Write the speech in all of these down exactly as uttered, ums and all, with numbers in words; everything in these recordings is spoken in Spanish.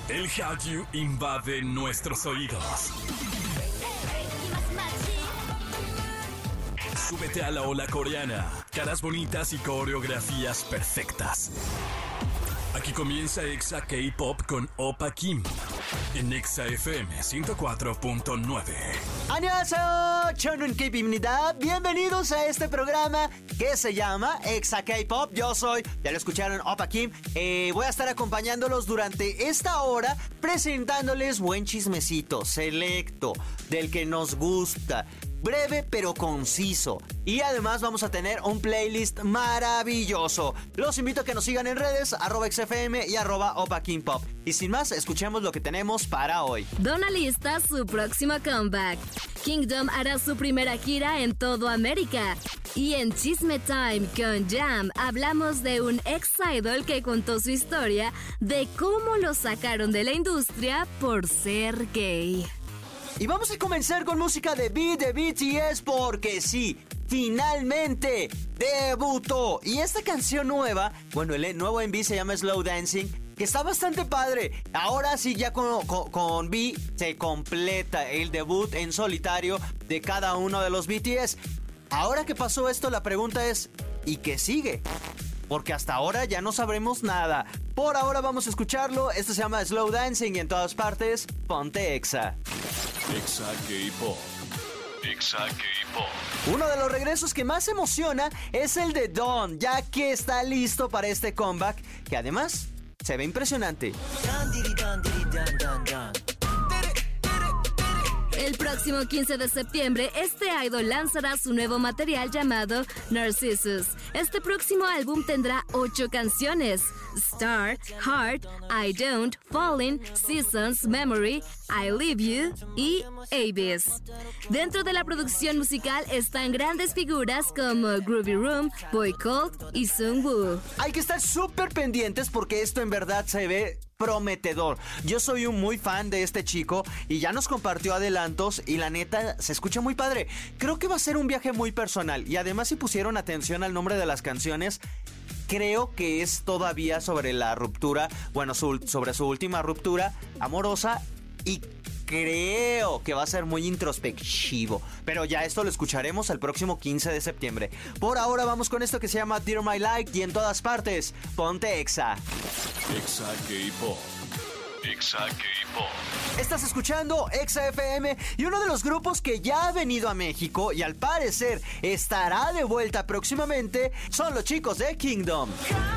El Hallyu invade nuestros oídos. Súbete a la ola coreana. Caras bonitas y coreografías perfectas. Aquí comienza Exa K-Pop con Oppa Kim en Exa F M ciento cuatro punto nueve. ¡Annyeonghaseyo! Chonun K-Pimnida. Bienvenidos a este programa que se llama Exa K-Pop. Yo soy, ya lo escucharon, Oppa Kim. Eh, voy a estar acompañándolos durante esta hora, presentándoles buen chismecito selecto, del que nos gusta. Breve pero conciso. Y además vamos a tener un playlist maravilloso. Los invito a que nos sigan en redes, arroba X F M y arroba Oppa Kim Pop. Y sin más, escuchemos lo que tenemos para hoy. Dona lista su próximo comeback. Kingdom hará su primera gira en todo América. Y en Chisme Time con Jam hablamos de un ex-idol que contó su historia de cómo lo sacaron de la industria por ser gay. Y vamos a comenzar con música de B de B T S porque sí, finalmente debutó. Y esta canción nueva, bueno, el nuevo M V se llama Slow Dancing, que está bastante padre. Ahora sí, ya con, con, con V se completa el debut en solitario de cada uno de los B T S. Ahora que pasó esto, la pregunta es, ¿y qué sigue? Porque hasta ahora ya no sabremos nada. Por ahora vamos a escucharlo. Esto se llama Slow Dancing y en todas partes, ponte Exa. Exa K-Pop. Exa K-Pop. Uno de los regresos que más emociona es el de Dawn, ya que está listo para este comeback, que además se ve impresionante. El próximo quince de septiembre, este idol lanzará su nuevo material llamado Narcissus. Este próximo álbum tendrá ocho canciones: Star, Heart, I Don't, Falling, Seasons, Memory, I Leave You y Abyss. Dentro de la producción musical están grandes figuras como Groovy Room, Boycott y Sungwoo. Hay que estar súper pendientes porque esto en verdad se ve prometedor. Yo soy un muy fan de este chico y ya nos compartió adelantos y la neta se escucha muy padre. Creo que va a ser un viaje muy personal y además si pusieron atención al nombre de las canciones, creo que es todavía sobre la ruptura, bueno, su, sobre su última ruptura amorosa y creo que va a ser muy introspectivo. Pero ya esto lo escucharemos el próximo quince de septiembre. Por ahora vamos con esto que se llama Dear My Like y en todas partes, ponte Exa. Exa K-Pop. Exa K-Pop. Estás escuchando Exa F M y uno de los grupos que ya ha venido a México y al parecer estará de vuelta próximamente son los chicos de Kingdom.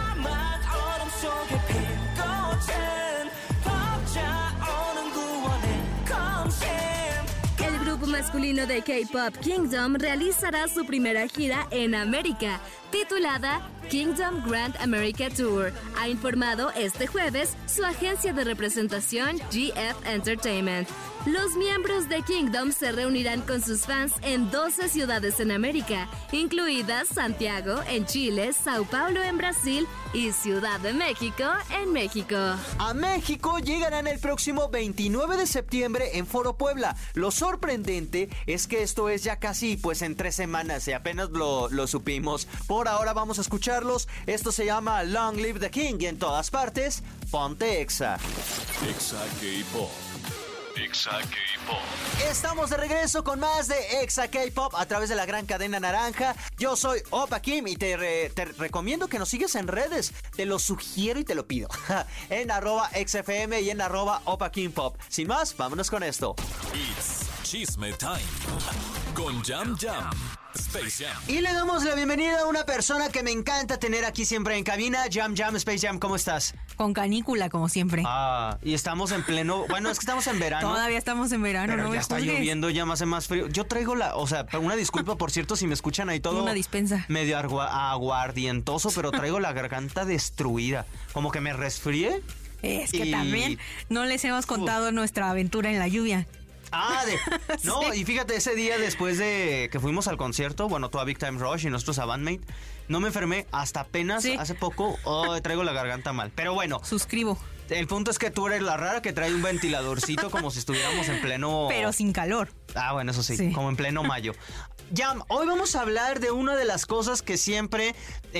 El grupo masculino de K-Pop Kingdom realizará su primera gira en América, titulada Kingdom Grand America Tour, ha informado este jueves su agencia de representación G F Entertainment. Los miembros de Kingdom se reunirán con sus fans en doce ciudades en América, incluidas Santiago en Chile, Sao Paulo en Brasil y Ciudad de México en México. A México llegarán el próximo veintinueve de septiembre en Foro Puebla. Lo sorprendente es que esto es ya casi pues en tres semanas y apenas lo, lo supimos. Por ahora vamos a escucharlos. Esto se llama Long Live the King y en todas partes, ponte Exa. Exa K-Pop. Exa K-Pop. Estamos de regreso con más de Exa K-Pop a través de la gran cadena naranja. Yo soy Oppa Kim y te, re, te recomiendo que nos sigas en redes. Te lo sugiero y te lo pido. En arroba X F M y en arroba Oppa Kim Pop. Sin más, vámonos con esto. It's Chisme Time con Jam Jam Space Jam. Y le damos la bienvenida a una persona que me encanta tener aquí siempre en cabina. Jam Jam Space Jam, ¿cómo estás? Con canícula, como siempre. Ah, y estamos en pleno... Bueno, es que estamos en verano. Todavía estamos en verano, pero no ya me está juzgues. lloviendo, ya me hace más frío. Yo traigo la... O sea, una disculpa, por cierto, si me escuchan ahí todo... Una dispensa. Medio agua, aguardientoso, pero traigo la garganta destruida. Como que me resfrié. Es que y... también no les hemos contado Uf. nuestra aventura en la lluvia. Ah, de... No, sí. Y fíjate, ese día después de que fuimos al concierto, bueno, tú a Big Time Rush y nosotros a Bandmate, no me enfermé hasta apenas sí. hace poco. Oh, traigo la garganta mal. Pero bueno. Suscribo. El punto es que tú eres la rara que trae un ventiladorcito como si estuviéramos en pleno... Pero sin calor. Ah, bueno, eso sí, sí. como en pleno mayo. Jam, hoy vamos a hablar de una de las cosas que siempre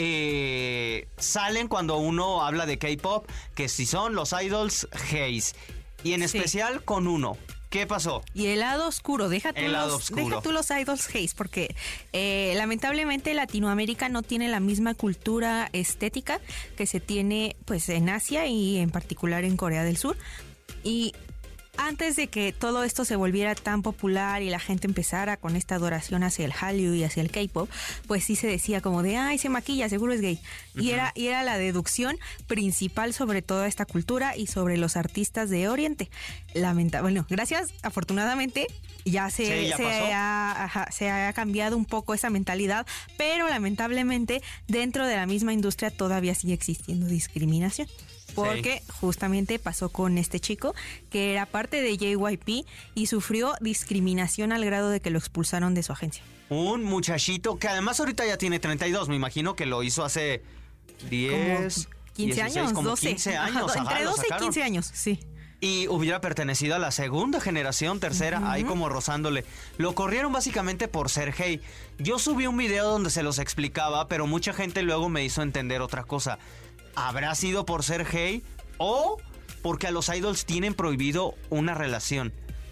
eh, salen cuando uno habla de K-pop, que si son los idols gays. Y en Sí. especial con uno. ¿Qué pasó? Y el lado oscuro, deja tú, El lado los, oscuro. deja tú los idols gays, porque eh, lamentablemente Latinoamérica no tiene la misma cultura estética que se tiene pues en Asia y en particular en Corea del Sur. Y antes de que todo esto se volviera tan popular y la gente empezara con esta adoración hacia el Hallyu y hacia el K-pop, pues sí se decía como de, ay, se maquilla, seguro es gay. Uh-huh. Y era, y era la deducción principal sobre toda esta cultura y sobre los artistas de Oriente. Lamenta- bueno, gracias, afortunadamente, ya se, Sí, ya se, pasó. ha, ajá, se ha cambiado un poco esa mentalidad, pero lamentablemente dentro de la misma industria todavía sigue existiendo discriminación. Porque sí. justamente pasó con este chico que era parte de J Y P y sufrió discriminación al grado de que lo expulsaron de su agencia. Un muchachito que además ahorita ya tiene treinta y dos, me imagino que lo hizo hace diez, quince dieciséis, años, como doce. quince años. Ajá, Ajá, entre lo doce y sacaron. quince años, sí. Y hubiera pertenecido a la segunda generación, tercera, uh-huh. ahí como rozándole. Lo corrieron básicamente por ser gay. Yo subí un video donde se los explicaba, pero mucha gente luego me hizo entender otra cosa. ¿Habrá sido por ser gay o porque a los idols tienen prohibido una relación?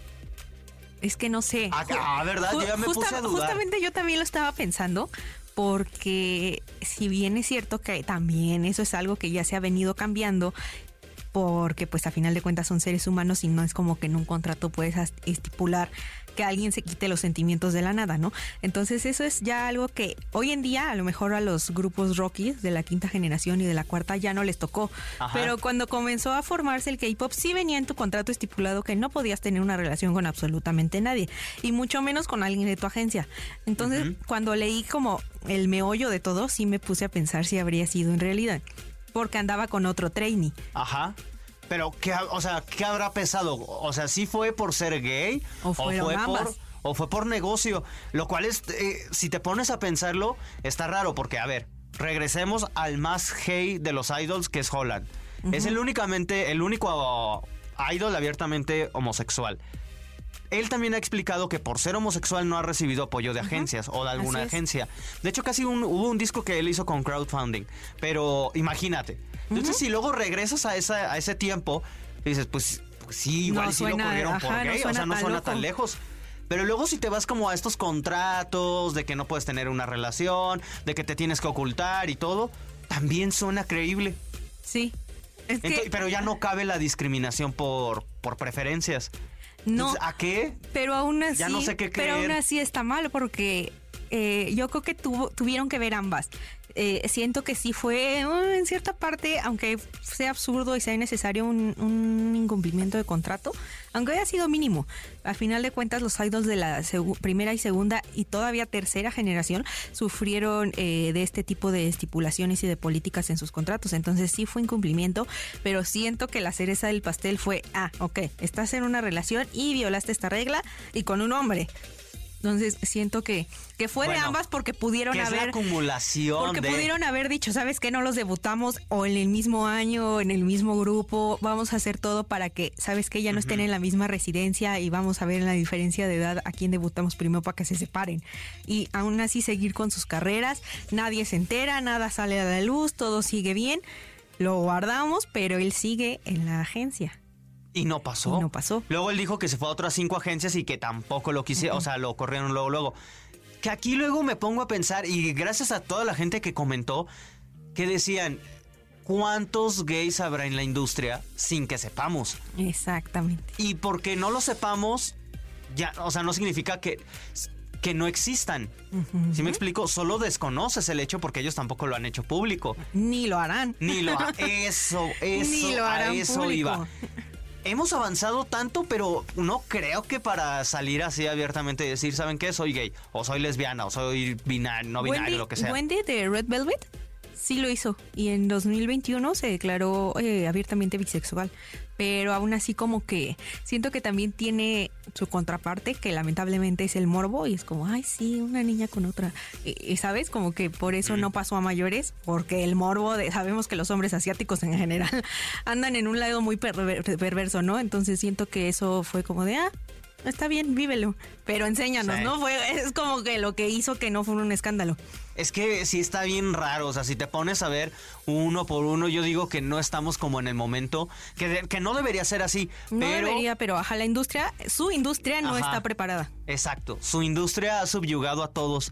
Es que no sé. Ah, ah ¿verdad? Yo ya me Justa, puse a dudar. Justamente yo también lo estaba pensando, porque si bien es cierto que también eso es algo que ya se ha venido cambiando, porque pues a final de cuentas son seres humanos y no es como que en un contrato puedes estipular que alguien se quite los sentimientos de la nada, ¿no? Entonces eso es ya algo que hoy en día a lo mejor a los grupos rockies de la quinta generación y de la cuarta ya no les tocó. Ajá. Pero cuando comenzó a formarse el K-pop sí venía en tu contrato estipulado que no podías tener una relación con absolutamente nadie y mucho menos con alguien de tu agencia. Entonces uh-huh. cuando leí como el meollo de todo sí me puse a pensar si habría sido en realidad, porque andaba con otro trainee. Ajá. Pero, ¿qué, o sea, ¿qué habrá pesado? O sea, ¿sí fue por ser gay? ¿O, ¿O fue por o fue por negocio? Lo cual es, eh, si te pones a pensarlo, está raro porque, a ver, regresemos al más gay de los idols, que es Holland. Uh-huh. Es el únicamente, el único idol abiertamente homosexual. Él también ha explicado que por ser homosexual no ha recibido apoyo de agencias uh-huh. o de alguna agencia. De hecho, casi un, hubo un disco que él hizo con crowdfunding. Pero imagínate. Entonces, uh-huh. si luego regresas a, esa, a ese tiempo, dices, pues, pues sí, igual no sí suena, lo corrieron ajá, por gay. No o sea, no suena loco. Tan lejos. Pero luego si te vas como a estos contratos de que no puedes tener una relación, de que te tienes que ocultar y todo, también suena creíble. Sí. Es Entonces, que... Pero ya no cabe la discriminación por, por preferencias. No. Entonces, ¿a qué? Pero aún así, ya no sé qué creer. Pero aún así está mal porque eh, yo creo que tuvo, tuvieron que ver ambas. Eh, siento que sí fue uh, en cierta parte, aunque sea absurdo y sea necesario un, un incumplimiento de contrato, aunque haya sido mínimo. Al final de cuentas, los idols de la seg- primera y segunda y todavía tercera generación sufrieron eh, de este tipo de estipulaciones y de políticas en sus contratos. Entonces sí fue incumplimiento, pero siento que la cereza del pastel fue, ah, ok, estás en una relación y violaste esta regla y con un hombre. Entonces siento que, que fue bueno, de ambas porque pudieron que haber... Es la acumulación Porque de... pudieron haber dicho, ¿sabes qué? No los debutamos o en el mismo año, en el mismo grupo. Vamos a hacer todo para que, ¿sabes qué? Ya no uh-huh. estén en la misma residencia y vamos a ver la diferencia de edad a quién debutamos primero para que se separen. Y aún así seguir con sus carreras. Nadie se entera, nada sale a la luz, todo sigue bien. Lo guardamos, pero él sigue en la agencia. Y no pasó. Y no pasó. Luego él dijo que se fue a otras cinco agencias y que tampoco lo quise, uh-huh. o sea, lo corrieron luego, luego. Que aquí luego me pongo a pensar, y gracias a toda la gente que comentó, que decían, ¿cuántos gays habrá en la industria sin que sepamos? Exactamente. Y porque no lo sepamos, ya, o sea, no significa que... que no existan. Uh-huh. ¿Sí me explico? Solo desconoces el hecho porque ellos tampoco lo han hecho público. Ni lo harán. Ni lo harán. Eso, eso, Ni lo harán a eso público. Iba. Hemos avanzado tanto, pero no creo que para salir así abiertamente y decir, ¿saben qué? Soy gay, o soy lesbiana, o soy binario, no binario, Wendy, lo que sea. Wendy de Red Velvet sí lo hizo y en dos mil veintiuno se declaró eh, abiertamente bisexual, pero aún así como que siento que también tiene su contraparte, que lamentablemente es el morbo y es como, ay sí, una niña con otra, y, ¿sabes? Como que por eso mm. no pasó a mayores, porque el morbo, de, sabemos que los hombres asiáticos en general andan en un lado muy perver- perverso, ¿no? Entonces siento que eso fue como de, ah, está bien, vívelo, pero enséñanos, sí. ¿no? Fue, es como que lo que hizo que no fue un escándalo. Es que sí está bien raro, o sea, si te pones a ver uno por uno, yo digo que no estamos como en el momento, que, de, que no debería ser así. No pero... debería, pero ajá, la industria, su industria no ajá, está preparada. Exacto, su industria ha subyugado a todos.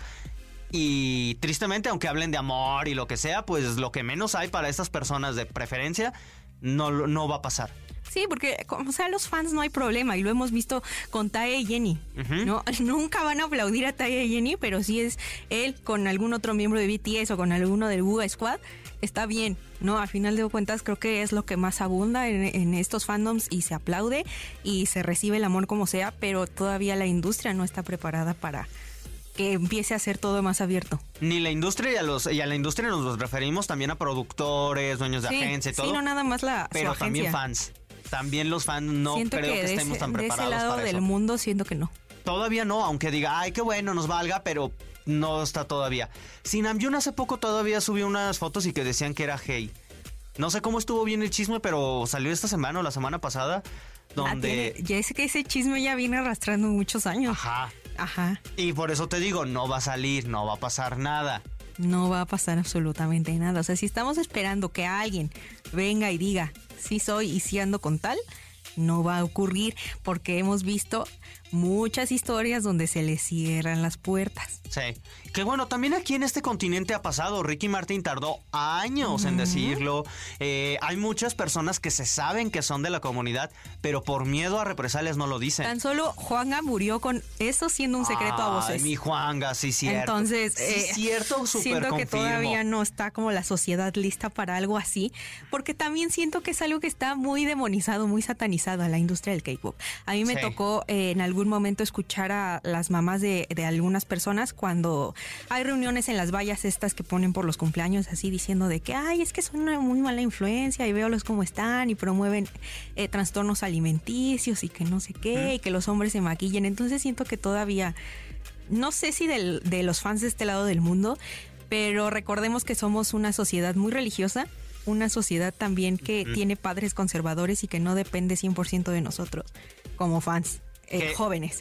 Y tristemente, aunque hablen de amor y lo que sea, pues lo que menos hay para estas personas de preferencia no, no va a pasar. Sí, porque, como sea, los fans no hay problema, y lo hemos visto con Tae y Jennie, uh-huh. ¿no? Nunca van a aplaudir a Tae y Jennie, pero si es él con algún otro miembro de B T S o con alguno del Suga Squad, está bien, ¿no? Al final de cuentas creo que es lo que más abunda en, en estos fandoms, y se aplaude y se recibe el amor como sea, pero todavía la industria no está preparada para que empiece a ser todo más abierto. Ni la industria, y a, los, y a la industria nos referimos también a productores, dueños de sí, agencia y todo. Sí, no nada más la pero su también fans. También los fans no siento creo que, que de estemos ese, tan preparados de ese lado para del eso. mundo siento que no. Todavía no, aunque diga, ay, qué bueno, nos valga, pero no está todavía. Si Namjoon hace poco todavía subió unas fotos y que decían que era Hey. No sé cómo estuvo bien el chisme, pero salió esta semana o la semana pasada, donde... Ah, ya es que ese chisme ya viene arrastrando muchos años. Ajá. Ajá. Y por eso te digo, no va a salir, no va a pasar nada. No va a pasar absolutamente nada. O sea, si estamos esperando que alguien venga y diga, sí soy y sí ando con tal, no va a ocurrir, porque hemos visto muchas historias donde se les cierran las puertas. Sí. Que bueno, también aquí en este continente ha pasado. Ricky Martin tardó años uh-huh. en decirlo. Eh, hay muchas personas que se saben que son de la comunidad, pero por miedo a represalias no lo dicen. Tan solo Juanga murió con eso siendo un secreto Ay, a voces. mi Juanga, sí cierto. Entonces, sí, eh, cierto, súper siento confirmo. que todavía no está como la sociedad lista para algo así, porque también siento que es algo que está muy demonizado, muy satanizado a la industria del K-pop. A mí me sí. tocó eh, en algún momento escuchar a las mamás de, de algunas personas cuando hay reuniones en las vallas estas que ponen por los cumpleaños, así diciendo de que, ay, es que son una muy mala influencia y véolos cómo están y promueven eh, trastornos alimenticios y que no sé qué, ¿Mm? y que los hombres se maquillen. Entonces siento que todavía, no sé si del, de los fans de este lado del mundo, pero recordemos que somos una sociedad muy religiosa, una sociedad también que ¿Mm? tiene padres conservadores y que no depende cien por ciento de nosotros como fans eh, jóvenes.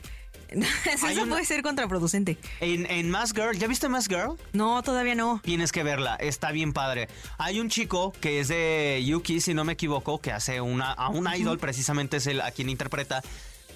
Eso una... puede ser contraproducente. En, en Mask Girl, ¿ya viste Mask Girl? No, todavía no. Tienes que verla, está bien padre. Hay un chico que es de Yuki, si no me equivoco, que hace una, a un uh-huh. idol, precisamente es él a quien interpreta.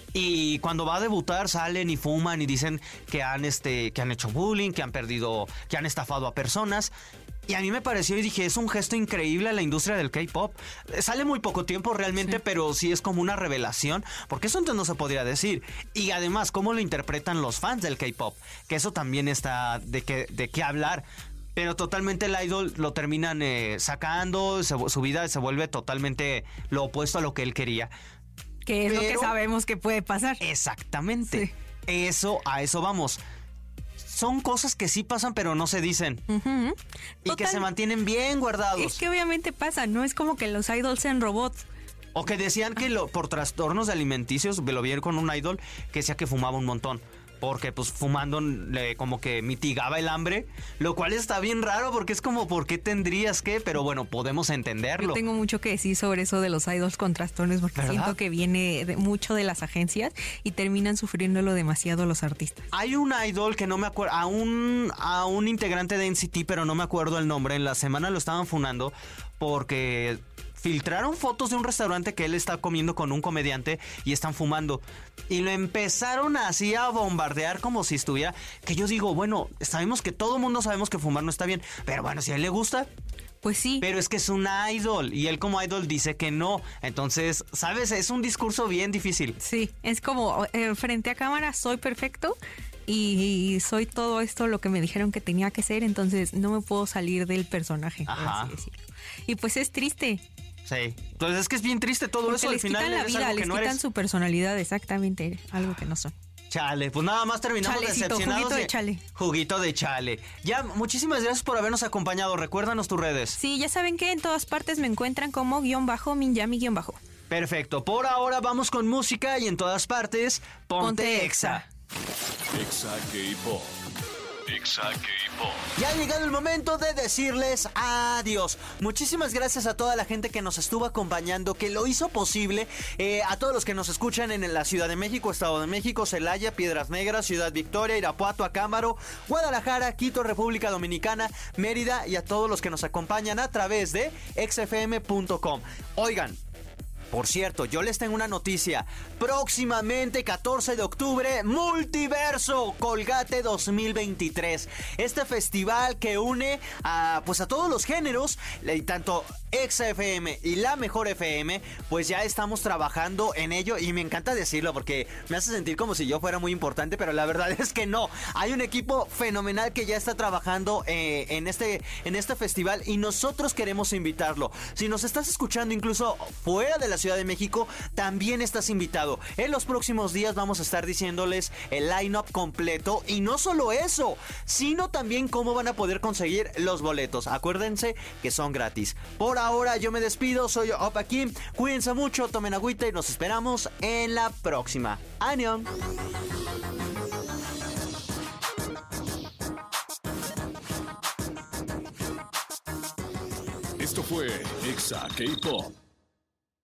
Y cuando va a debutar salen y fuman y dicen que han, este, que han hecho bullying, que han perdido, que han estafado a personas. Y a mí me pareció y dije, es un gesto increíble a la industria del K-pop. Sale muy poco tiempo realmente, sí. pero sí es como una revelación, porque eso antes no se podría decir. Y además, cómo lo interpretan los fans del K-pop, que eso también está de qué de qué hablar. Pero totalmente el idol lo terminan eh, sacando, se, su vida se vuelve totalmente lo opuesto a lo que él quería. Que es pero, lo que sabemos que puede pasar. Exactamente. Sí. Eso, a eso vamos. Son cosas que sí pasan, pero no se dicen. Uh-huh. Y Total, que se mantienen bien guardados. Es que obviamente pasa, no es como que los idols sean robots. O que decían que lo, por trastornos de alimenticios, me lo vi con un idol que decía que fumaba un montón. Porque pues fumando le, como que mitigaba el hambre, lo cual está bien raro porque es como, ¿por qué tendrías que? Pero bueno, podemos entenderlo. Yo tengo mucho que decir sobre eso de los idols con trastornos, porque ¿verdad? Siento que viene de mucho de las agencias y terminan sufriéndolo demasiado los artistas. Hay un idol que no me acuerdo, a un, a un integrante de N C T, pero no me acuerdo el nombre, en la semana lo estaban funando porque... filtraron fotos de un restaurante que él está comiendo con un comediante y están fumando. Y lo empezaron así a bombardear como si estuviera... Que yo digo, bueno, sabemos que todo el mundo sabemos que fumar no está bien. Pero bueno, si a él le gusta... Pues sí. Pero es que es un idol y él como idol dice que no. Entonces, ¿sabes? Es un discurso bien difícil. Sí, es como eh, frente a cámara soy perfecto y soy todo esto lo que me dijeron que tenía que ser. Entonces no me puedo salir del personaje, por así decirlo. Y pues es triste. Sí, entonces es que es bien triste todo porque eso. Les al final quitan la vida, les no quitan eres... su personalidad, exactamente, algo que no son. Chale, pues nada más terminamos Chalecito, decepcionados. Juguito de, de chale. Juguito de chale. Ya, muchísimas gracias por habernos acompañado. Recuérdanos tus redes. Sí, ya saben que en todas partes me encuentran como guión bajo, Minyami guión bajo. Perfecto, por ahora vamos con música y en todas partes, ponte, ponte Exa. Exa K-Pop. Exa K-Pop. Ya ha llegado el momento de decirles adiós. Muchísimas gracias a toda la gente que nos estuvo acompañando, que lo hizo posible. Eh, a todos los que nos escuchan en la Ciudad de México, Estado de México, Celaya, Piedras Negras, Ciudad Victoria, Irapuato, Acámbaro, Guadalajara, Quito, República Dominicana, Mérida, y a todos los que nos acompañan a través de exa efe eme punto com. Oigan, por cierto, yo les tengo una noticia. Próximamente, catorce de octubre, Multiverso Colgate dos mil veintitrés. Este festival que une a, pues a todos los géneros, y tanto Exa F M y La Mejor F M, pues ya estamos trabajando en ello, y me encanta decirlo porque me hace sentir como si yo fuera muy importante, pero la verdad es que no. Hay un equipo fenomenal que ya está trabajando eh, en, este, en este festival, y nosotros queremos invitarlo. Si nos estás escuchando incluso fuera de la Ciudad de México, también estás invitado. En los próximos días vamos a estar diciéndoles el line-up completo, y no solo eso, sino también cómo van a poder conseguir los boletos. Acuérdense que son gratis. Por ahora yo me despido, soy Opa Kim. Cuídense mucho, tomen agüita y nos esperamos en la próxima. ¡Annyeong! Esto fue Exa K-Pop.